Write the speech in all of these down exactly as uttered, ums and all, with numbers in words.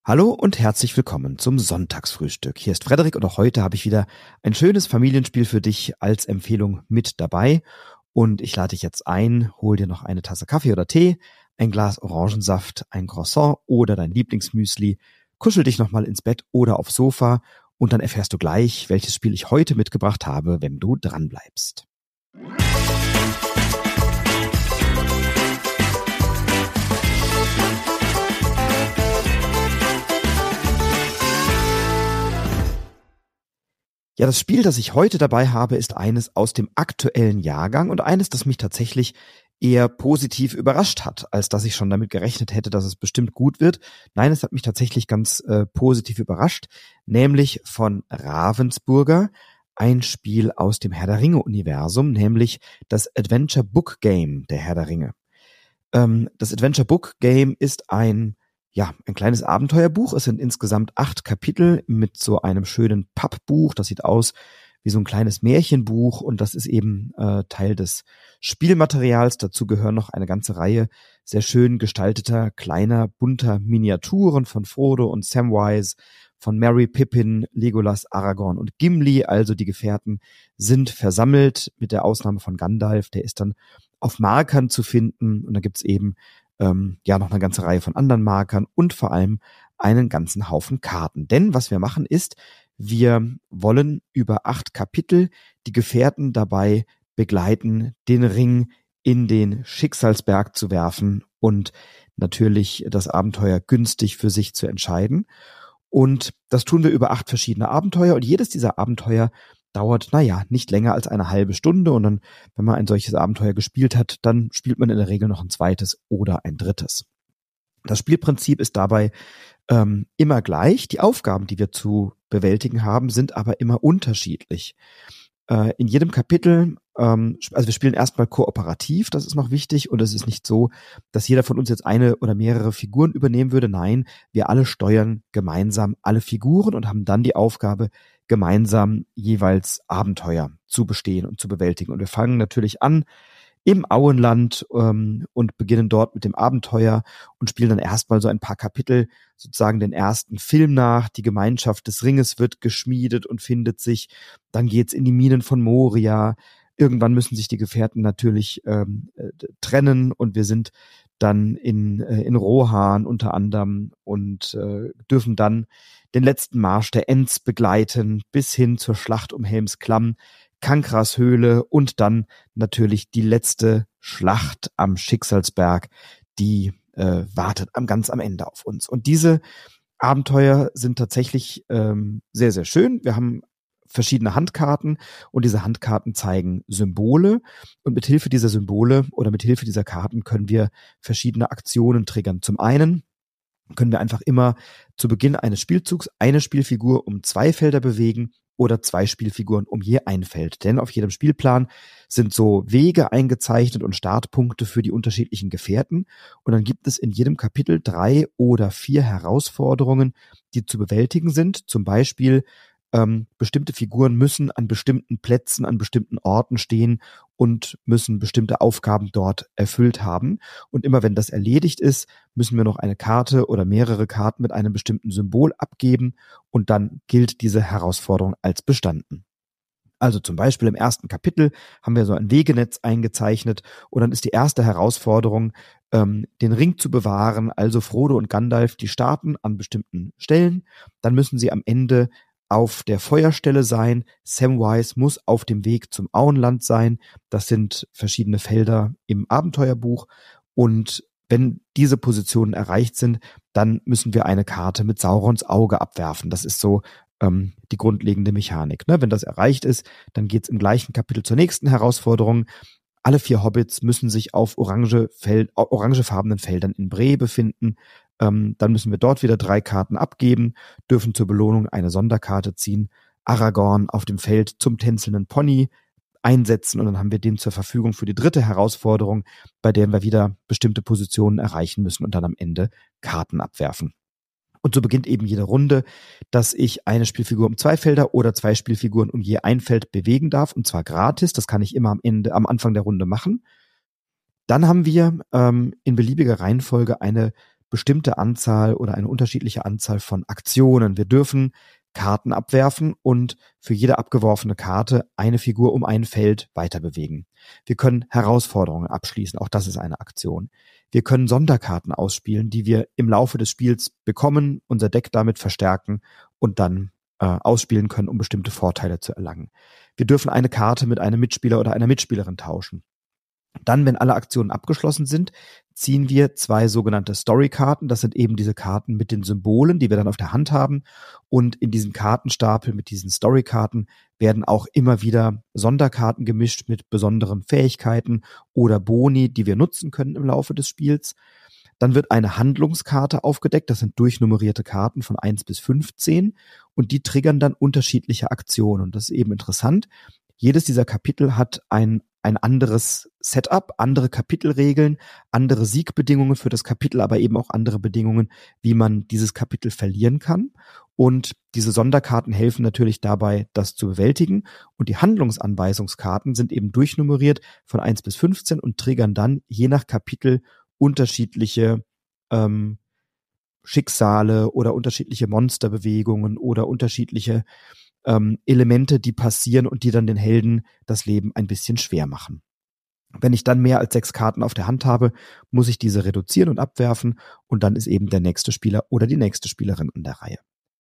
Hallo und herzlich willkommen zum Sonntagsfrühstück. Hier ist Frederik und auch heute habe ich wieder ein schönes Familienspiel für dich als Empfehlung mit dabei. Und ich lade dich jetzt ein, hol dir noch eine Tasse Kaffee oder Tee, ein Glas Orangensaft, ein Croissant oder dein Lieblingsmüsli, kuschel dich nochmal ins Bett oder aufs Sofa und dann erfährst du gleich, welches Spiel ich heute mitgebracht habe, wenn du dran bleibst. Ja, das Spiel, das ich heute dabei habe, ist eines aus dem aktuellen Jahrgang und eines, das mich tatsächlich eher positiv überrascht hat, als dass ich schon damit gerechnet hätte, dass es bestimmt gut wird. Nein, es hat mich tatsächlich ganz äh, positiv überrascht, nämlich von Ravensburger, ein Spiel aus dem Herr der Ringe-Universum, nämlich das Adventure Book Game der Herr der Ringe. Ähm, das Adventure Book Game ist ein Ja, ein kleines Abenteuerbuch. Es sind insgesamt acht Kapitel mit so einem schönen Pappbuch. Das sieht aus wie so ein kleines Märchenbuch und das ist eben äh, Teil des Spielmaterials. Dazu gehören noch eine ganze Reihe sehr schön gestalteter, kleiner, bunter Miniaturen von Frodo und Samwise, von Merry, Pippin, Legolas, Aragorn und Gimli. Also die Gefährten sind versammelt, mit der Ausnahme von Gandalf. Der ist dann auf Markern zu finden und da gibt's eben Ähm, ja, noch eine ganze Reihe von anderen Markern und vor allem einen ganzen Haufen Karten. Denn was wir machen ist, wir wollen über acht Kapitel die Gefährten dabei begleiten, den Ring in den Schicksalsberg zu werfen und natürlich das Abenteuer günstig für sich zu entscheiden. Und das tun wir über acht verschiedene Abenteuer und jedes dieser Abenteuer dauert, naja, nicht länger als eine halbe Stunde und dann, wenn man ein solches Abenteuer gespielt hat, dann spielt man in der Regel noch ein zweites oder ein drittes. Das Spielprinzip ist dabei ähm, immer gleich. Die Aufgaben, die wir zu bewältigen haben, sind aber immer unterschiedlich. Äh, in jedem Kapitel, ähm, also wir spielen erstmal kooperativ, das ist noch wichtig und es ist nicht so, dass jeder von uns jetzt eine oder mehrere Figuren übernehmen würde. Nein, wir alle steuern gemeinsam alle Figuren und haben dann die Aufgabe, gemeinsam jeweils Abenteuer zu bestehen und zu bewältigen. Und wir fangen natürlich an im Auenland ähm, und beginnen dort mit dem Abenteuer und spielen dann erstmal so ein paar Kapitel, sozusagen den ersten Film nach. Die Gemeinschaft des Ringes wird geschmiedet und findet sich. Dann geht's in die Minen von Moria. Irgendwann müssen sich die Gefährten natürlich ähm, äh, trennen und wir sind dann in, äh, in Rohan unter anderem und äh, dürfen dann den letzten Marsch der Ents begleiten bis hin zur Schlacht um Helms Klamm, Kankras Höhle und dann natürlich die letzte Schlacht am Schicksalsberg, die äh, wartet am ganz am Ende auf uns. Und diese Abenteuer sind tatsächlich ähm, sehr, sehr schön. Wir haben verschiedene Handkarten und diese Handkarten zeigen Symbole und mit Hilfe dieser Symbole oder mit Hilfe dieser Karten können wir verschiedene Aktionen triggern. Zum einen können wir einfach immer zu Beginn eines Spielzugs eine Spielfigur um zwei Felder bewegen oder zwei Spielfiguren um je ein Feld. Denn auf jedem Spielplan sind so Wege eingezeichnet und Startpunkte für die unterschiedlichen Gefährten. Und dann gibt es in jedem Kapitel drei oder vier Herausforderungen, die zu bewältigen sind. Zum Beispiel Ähm, bestimmte Figuren müssen an bestimmten Plätzen, an bestimmten Orten stehen und müssen bestimmte Aufgaben dort erfüllt haben. Und immer wenn das erledigt ist, müssen wir noch eine Karte oder mehrere Karten mit einem bestimmten Symbol abgeben und dann gilt diese Herausforderung als bestanden. Also zum Beispiel im ersten Kapitel haben wir so ein Wegenetz eingezeichnet und dann ist die erste Herausforderung, ähm, den Ring zu bewahren. Also Frodo und Gandalf, die starten an bestimmten Stellen. Dann müssen sie am Ende auf der Feuerstelle sein. Samwise muss auf dem Weg zum Auenland sein. Das sind verschiedene Felder im Abenteuerbuch. Und wenn diese Positionen erreicht sind, dann müssen wir eine Karte mit Saurons Auge abwerfen. Das ist so ähm, die grundlegende Mechanik. Ne? Wenn das erreicht ist, dann geht's im gleichen Kapitel zur nächsten Herausforderung. Alle vier Hobbits müssen sich auf orange Feld, orangefarbenen Feldern in Bree befinden. Ähm, dann müssen wir dort wieder drei Karten abgeben, dürfen zur Belohnung eine Sonderkarte ziehen, Aragorn auf dem Feld zum tänzelnden Pony einsetzen und dann haben wir den zur Verfügung für die dritte Herausforderung, bei der wir wieder bestimmte Positionen erreichen müssen und dann am Ende Karten abwerfen. Und so beginnt eben jede Runde, dass ich eine Spielfigur um zwei Felder oder zwei Spielfiguren um je ein Feld bewegen darf, und zwar gratis. Das kann ich immer am Ende, am Anfang der Runde machen. Dann haben wir ähm, in beliebiger Reihenfolge eine bestimmte Anzahl oder eine unterschiedliche Anzahl von Aktionen. Wir dürfen Karten abwerfen und für jede abgeworfene Karte eine Figur um ein Feld weiter bewegen. Wir können Herausforderungen abschließen, auch das ist eine Aktion. Wir können Sonderkarten ausspielen, die wir im Laufe des Spiels bekommen, unser Deck damit verstärken und dann äh, ausspielen können, um bestimmte Vorteile zu erlangen. Wir dürfen eine Karte mit einem Mitspieler oder einer Mitspielerin tauschen. Dann, wenn alle Aktionen abgeschlossen sind, ziehen wir zwei sogenannte Story-Karten. Das sind eben diese Karten mit den Symbolen, die wir dann auf der Hand haben. Und in diesen Kartenstapel mit diesen Story-Karten werden auch immer wieder Sonderkarten gemischt mit besonderen Fähigkeiten oder Boni, die wir nutzen können im Laufe des Spiels. Dann wird eine Handlungskarte aufgedeckt. Das sind durchnummerierte Karten von eins bis fünfzehn. Und die triggern dann unterschiedliche Aktionen. Und das ist eben interessant. Jedes dieser Kapitel hat ein ein anderes Setup, andere Kapitelregeln, andere Siegbedingungen für das Kapitel, aber eben auch andere Bedingungen, wie man dieses Kapitel verlieren kann. Und diese Sonderkarten helfen natürlich dabei, das zu bewältigen. Und die Handlungsanweisungskarten sind eben durchnummeriert von eins bis fünfzehn und triggern dann je nach Kapitel unterschiedliche ähm, Schicksale oder unterschiedliche Monsterbewegungen oder unterschiedliche ähm, Elemente, die passieren und die dann den Helden das Leben ein bisschen schwer machen. Wenn ich dann mehr als sechs Karten auf der Hand habe, muss ich diese reduzieren und abwerfen und dann ist eben der nächste Spieler oder die nächste Spielerin an der Reihe.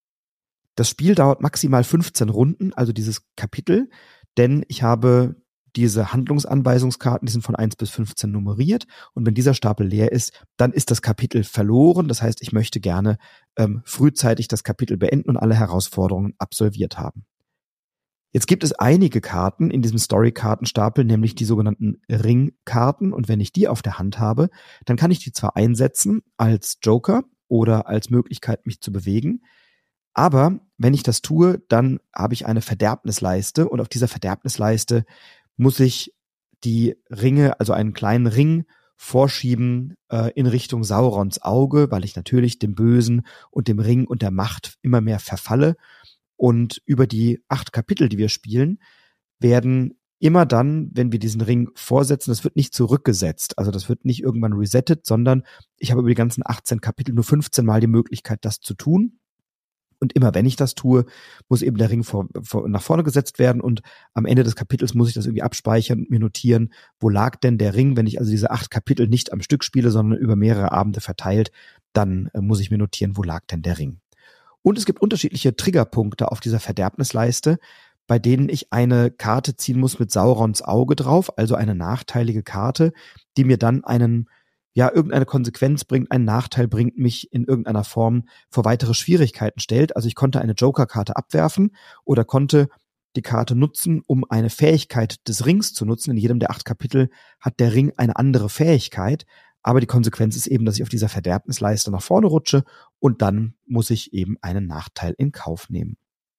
Das Spiel dauert maximal fünfzehn Runden, also dieses Kapitel, denn ich habe diese Handlungsanweisungskarten, die sind von eins bis fünfzehn nummeriert und wenn dieser Stapel leer ist, dann ist das Kapitel verloren. Das heißt, ich möchte gerne ähm, frühzeitig das Kapitel beenden und alle Herausforderungen absolviert haben. Jetzt gibt es einige Karten in diesem Story-Kartenstapel, nämlich die sogenannten Ringkarten und wenn ich die auf der Hand habe, dann kann ich die zwar einsetzen als Joker oder als Möglichkeit, mich zu bewegen, aber wenn ich das tue, dann habe ich eine Verderbnisleiste und auf dieser Verderbnisleiste muss ich die Ringe, also einen kleinen Ring vorschieben äh, in Richtung Saurons Auge, weil ich natürlich dem Bösen und dem Ring und der Macht immer mehr verfalle. Und über die acht Kapitel, die wir spielen, werden immer dann, wenn wir diesen Ring vorsetzen, das wird nicht zurückgesetzt, also das wird nicht irgendwann resettet, sondern ich habe über die ganzen achtzehn Kapitel nur fünfzehn Mal die Möglichkeit, das zu tun. Und immer wenn ich das tue, muss eben der Ring vor, vor, nach vorne gesetzt werden und am Ende des Kapitels muss ich das irgendwie abspeichern und mir notieren, wo lag denn der Ring, wenn ich also diese acht Kapitel nicht am Stück spiele, sondern über mehrere Abende verteilt, dann äh, muss ich mir notieren, wo lag denn der Ring. Und es gibt unterschiedliche Triggerpunkte auf dieser Verderbnisleiste, bei denen ich eine Karte ziehen muss mit Saurons Auge drauf, also eine nachteilige Karte, die mir dann einen ja, irgendeine Konsequenz bringt, einen Nachteil bringt, mich in irgendeiner Form vor weitere Schwierigkeiten stellt. Also ich konnte eine Joker-Karte abwerfen oder konnte die Karte nutzen, um eine Fähigkeit des Rings zu nutzen. In jedem der acht Kapitel hat der Ring eine andere Fähigkeit, aber die Konsequenz ist eben, dass ich auf dieser Verderbnisleiste nach vorne rutsche und dann muss ich eben einen Nachteil in Kauf nehmen.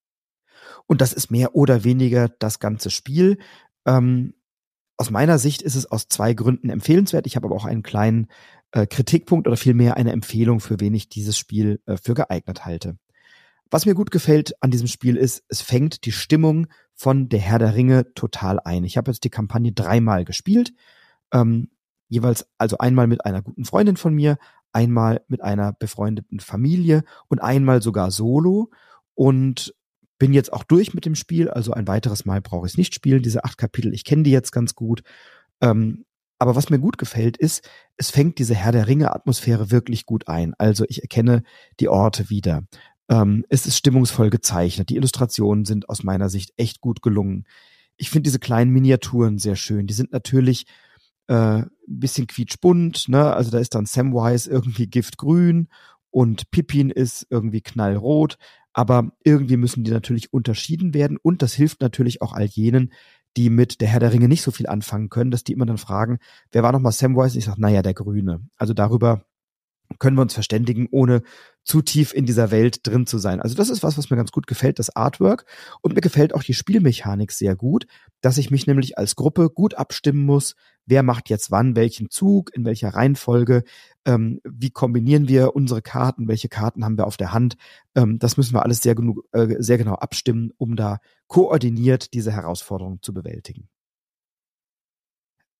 Und das ist mehr oder weniger das ganze Spiel. Ähm, Aus meiner Sicht ist es aus zwei Gründen empfehlenswert. Ich habe aber auch einen kleinen äh, Kritikpunkt oder vielmehr eine Empfehlung, für wen ich dieses Spiel äh, für geeignet halte. Was mir gut gefällt an diesem Spiel ist, es fängt die Stimmung von Der Herr der Ringe total ein. Ich habe jetzt die Kampagne dreimal gespielt, ähm, jeweils also einmal mit einer guten Freundin von mir, einmal mit einer befreundeten Familie und einmal sogar solo und bin jetzt auch durch mit dem Spiel, also ein weiteres Mal brauche ich es nicht spielen, diese acht Kapitel, ich kenne die jetzt ganz gut. Ähm, aber was mir gut gefällt ist, es fängt diese Herr der Ringe-Atmosphäre wirklich gut ein. Also ich erkenne die Orte wieder. Ähm, es ist stimmungsvoll gezeichnet, die Illustrationen sind aus meiner Sicht echt gut gelungen. Ich finde diese kleinen Miniaturen sehr schön. Die sind natürlich äh, ein bisschen quietschbunt, ne? Also da ist dann Samwise irgendwie giftgrün und Pippin ist irgendwie knallrot. Aber irgendwie müssen die natürlich unterschieden werden und das hilft natürlich auch all jenen, die mit Der Herr der Ringe nicht so viel anfangen können, dass die immer dann fragen, wer war nochmal Samwise? Ich sage, naja, der Grüne. Also darüber können wir uns verständigen, ohne zu tief in dieser Welt drin zu sein. Also das ist was, was mir ganz gut gefällt, das Artwork. Und mir gefällt auch die Spielmechanik sehr gut, dass ich mich nämlich als Gruppe gut abstimmen muss, wer macht jetzt wann welchen Zug, in welcher Reihenfolge, ähm, wie kombinieren wir unsere Karten, welche Karten haben wir auf der Hand. Ähm, das müssen wir alles sehr, genug, äh, sehr genau abstimmen, um da koordiniert diese Herausforderung zu bewältigen.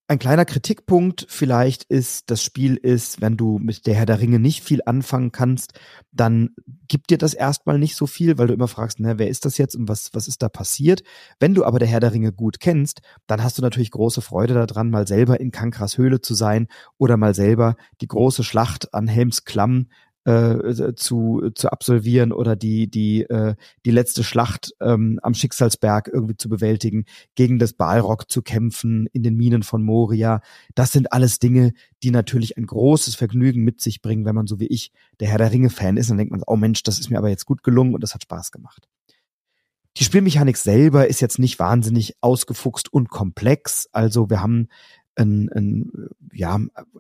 Ein kleiner Kritikpunkt vielleicht ist, das Spiel ist, wenn du mit der Herr der Ringe nicht viel anfangen kannst, dann gibt dir das erstmal nicht so viel, weil du immer fragst, na, wer ist das jetzt und was, was ist da passiert? Wenn du aber der Herr der Ringe gut kennst, dann hast du natürlich große Freude daran, mal selber in Kankras Höhle zu sein oder mal selber die große Schlacht an Helms Klamm äh, zu zu absolvieren oder die die äh, die letzte Schlacht ähm, am Schicksalsberg irgendwie zu bewältigen, gegen das Balrog zu kämpfen in den Minen von Moria. Das sind alles Dinge, die natürlich ein großes Vergnügen mit sich bringen, wenn man so wie ich der Herr der Ringe Fan ist. Dann denkt man, oh Mensch, das ist mir aber jetzt gut gelungen und das hat Spaß gemacht. Die Spielmechanik selber ist jetzt nicht wahnsinnig ausgefuchst und komplex. Also wir haben ein, ein ja,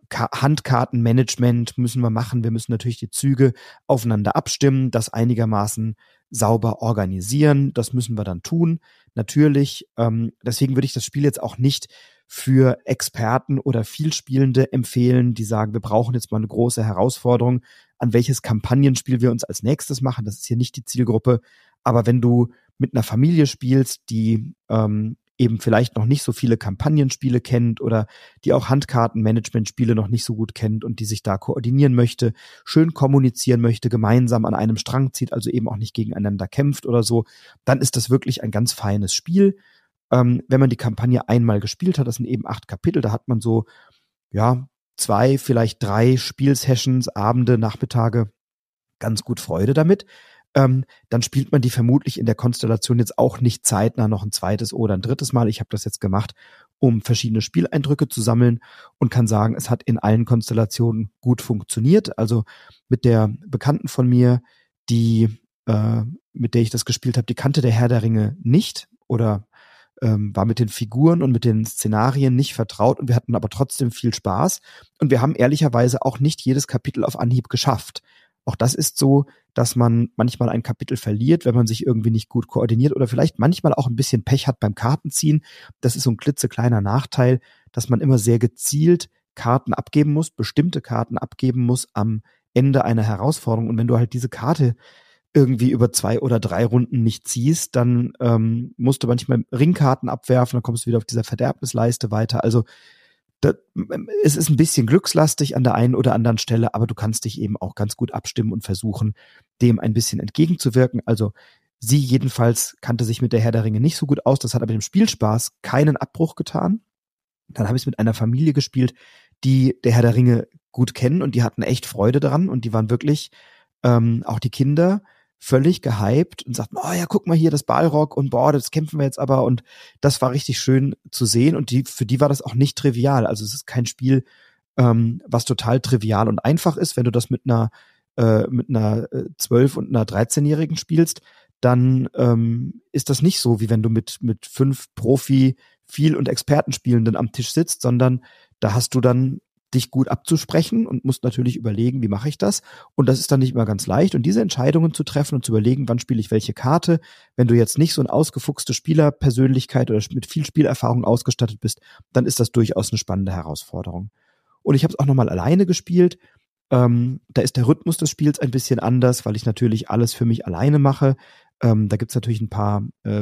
Handkartenmanagement müssen wir machen. Wir müssen natürlich die Züge aufeinander abstimmen, das einigermaßen sauber organisieren. Das müssen wir dann tun, natürlich. Ähm, deswegen würde ich das Spiel jetzt auch nicht für Experten oder Vielspielende empfehlen, die sagen, wir brauchen jetzt mal eine große Herausforderung, an welches Kampagnenspiel wir uns als nächstes machen. Das ist hier nicht die Zielgruppe. Aber wenn du mit einer Familie spielst, die ähm, eben vielleicht noch nicht so viele Kampagnenspiele kennt oder die auch Handkartenmanagement-Spiele noch nicht so gut kennt und die sich da koordinieren möchte, schön kommunizieren möchte, gemeinsam an einem Strang zieht, also eben auch nicht gegeneinander kämpft oder so, dann ist das wirklich ein ganz feines Spiel. Ähm, wenn man die Kampagne einmal gespielt hat, das sind eben acht Kapitel, da hat man so, ja, zwei, vielleicht drei Spielsessions, Abende, Nachmittage, ganz gut Freude damit. Ähm, dann spielt man die vermutlich in der Konstellation jetzt auch nicht zeitnah noch ein zweites oder ein drittes Mal. Ich habe das jetzt gemacht, um verschiedene Spieleindrücke zu sammeln und kann sagen, es hat in allen Konstellationen gut funktioniert. Also mit der Bekannten von mir, die äh, mit der ich das gespielt habe, die kannte der Herr der Ringe nicht oder ähm, war mit den Figuren und mit den Szenarien nicht vertraut und wir hatten aber trotzdem viel Spaß und wir haben ehrlicherweise auch nicht jedes Kapitel auf Anhieb geschafft. Auch das ist so, dass man manchmal ein Kapitel verliert, wenn man sich irgendwie nicht gut koordiniert oder vielleicht manchmal auch ein bisschen Pech hat beim Kartenziehen. Das ist so ein klitzekleiner Nachteil, dass man immer sehr gezielt Karten abgeben muss, bestimmte Karten abgeben muss am Ende einer Herausforderung. Und wenn du halt diese Karte irgendwie über zwei oder drei Runden nicht ziehst, dann ähm, musst du manchmal Ringkarten abwerfen, dann kommst du wieder auf dieser Verderbnisleiste weiter. Also Da, es ist ein bisschen glückslastig an der einen oder anderen Stelle, aber du kannst dich eben auch ganz gut abstimmen und versuchen, dem ein bisschen entgegenzuwirken. Also sie jedenfalls kannte sich mit der Herr der Ringe nicht so gut aus, das hat aber dem Spielspaß keinen Abbruch getan. Dann habe ich es mit einer Familie gespielt, die der Herr der Ringe gut kennen und die hatten echt Freude daran und die waren wirklich, ähm, auch die Kinder, völlig gehypt und sagten, oh ja, guck mal hier, das Balrog und boah, das kämpfen wir jetzt aber und das war richtig schön zu sehen und die, für die war das auch nicht trivial. Also es ist kein Spiel, ähm, was total trivial und einfach ist. Wenn du das mit einer äh, mit einer zwölf- und einer dreizehnjährigen spielst, dann ähm, ist das nicht so, wie wenn du mit mit fünf Profi-, Viel- und Expertenspielenden am Tisch sitzt, sondern da hast du dann dich gut abzusprechen und musst natürlich überlegen, wie mache ich das? Und das ist dann nicht immer ganz leicht. Und diese Entscheidungen zu treffen und zu überlegen, wann spiele ich welche Karte, wenn du jetzt nicht so eine ausgefuchste Spielerpersönlichkeit oder mit viel Spielerfahrung ausgestattet bist, dann ist das durchaus eine spannende Herausforderung. Und ich habe es auch nochmal alleine gespielt. Ähm, da ist der Rhythmus des Spiels ein bisschen anders, weil ich natürlich alles für mich alleine mache. Ähm, da gibt's natürlich ein paar äh,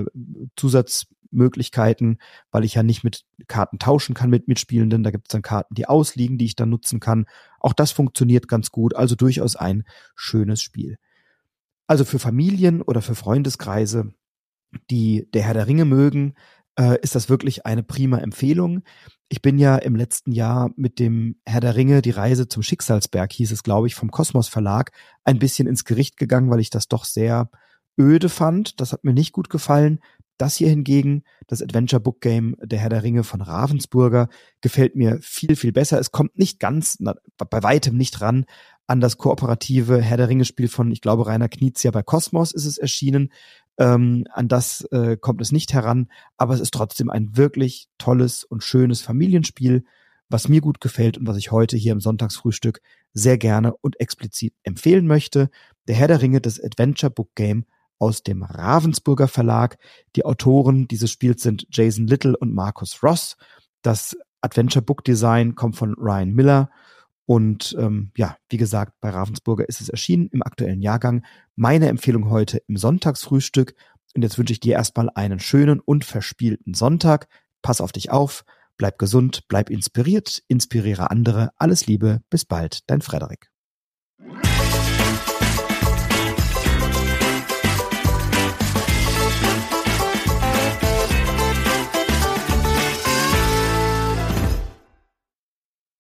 Zusatzmöglichkeiten, weil ich ja nicht mit Karten tauschen kann mit Mitspielenden. Da gibt's dann Karten, die ausliegen, die ich dann nutzen kann. Auch das funktioniert ganz gut, also durchaus ein schönes Spiel. Also für Familien oder für Freundeskreise, die der Herr der Ringe mögen, äh, ist das wirklich eine prima Empfehlung. Ich bin ja im letzten Jahr mit dem Herr der Ringe, die Reise zum Schicksalsberg, hieß es, glaube ich, vom Kosmos Verlag, ein bisschen ins Gericht gegangen, weil ich das doch sehr öde fand. Das hat mir nicht gut gefallen. Das hier hingegen, das Adventure Book Game Der Herr der Ringe von Ravensburger, gefällt mir viel, viel besser. Es kommt nicht ganz, na, bei weitem nicht ran an das kooperative Herr der Ringe-Spiel von, ich glaube, Rainer Knizia bei Kosmos ist es erschienen. Ähm, an das äh, kommt es nicht heran, aber es ist trotzdem ein wirklich tolles und schönes Familienspiel, was mir gut gefällt und was ich heute hier im Sonntagsfrühstück sehr gerne und explizit empfehlen möchte. Der Herr der Ringe, das Adventure Book Game aus dem Ravensburger Verlag. Die Autoren dieses Spiels sind Jason Little und Marcus Ross. Das Adventure Book Design kommt von Ryan Miller. Und ähm, ja, wie gesagt, bei Ravensburger ist es erschienen im aktuellen Jahrgang. Meine Empfehlung heute im Sonntagsfrühstück. Und jetzt wünsche ich dir erstmal einen schönen und verspielten Sonntag. Pass auf dich auf, bleib gesund, bleib inspiriert, inspiriere andere. Alles Liebe, bis bald, dein Frederik.